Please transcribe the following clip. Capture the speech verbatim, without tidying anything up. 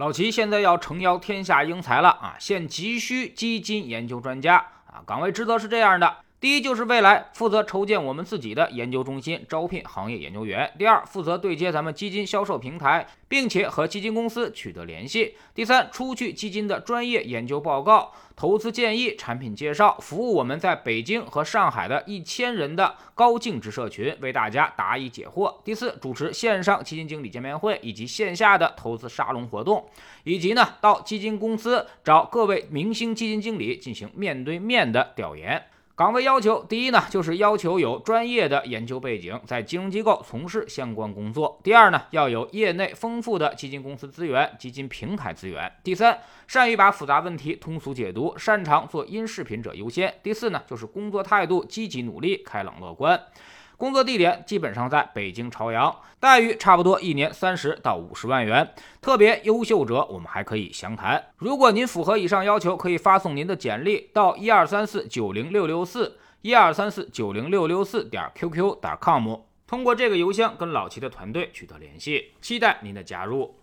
老齐现在要诚邀天下英才了啊，现急需基金研究专家啊，岗位职责是这样的。第一，就是未来负责筹建我们自己的研究中心，招聘行业研究员。第二，负责对接咱们基金销售平台，并且和基金公司取得联系。第三，出具基金的专业研究报告、投资建议、产品介绍，服务我们在北京和上海的一千人的高净值社群，为大家答疑解惑。第四，主持线上基金经理见面会以及线下的投资沙龙活动，以及呢到基金公司找各位明星基金经理进行面对面的调研。岗位要求，第一呢，就是要求有专业的研究背景，在金融机构从事相关工作。第二呢，要有业内丰富的基金公司资源、基金平台资源。第三，善于把复杂问题通俗解读，擅长做音视频者优先。第四呢，就是工作态度积极努力、开朗乐观。工作地点基本上在北京朝阳，待遇差不多一年三十到五十万元，特别优秀者我们还可以详谈。如果您符合以上要求，可以发送您的简历到一二三四九零六六四 一二三四九零六六四点 Q Q 点 com， 通过这个邮箱跟老齐的团队取得联系，期待您的加入。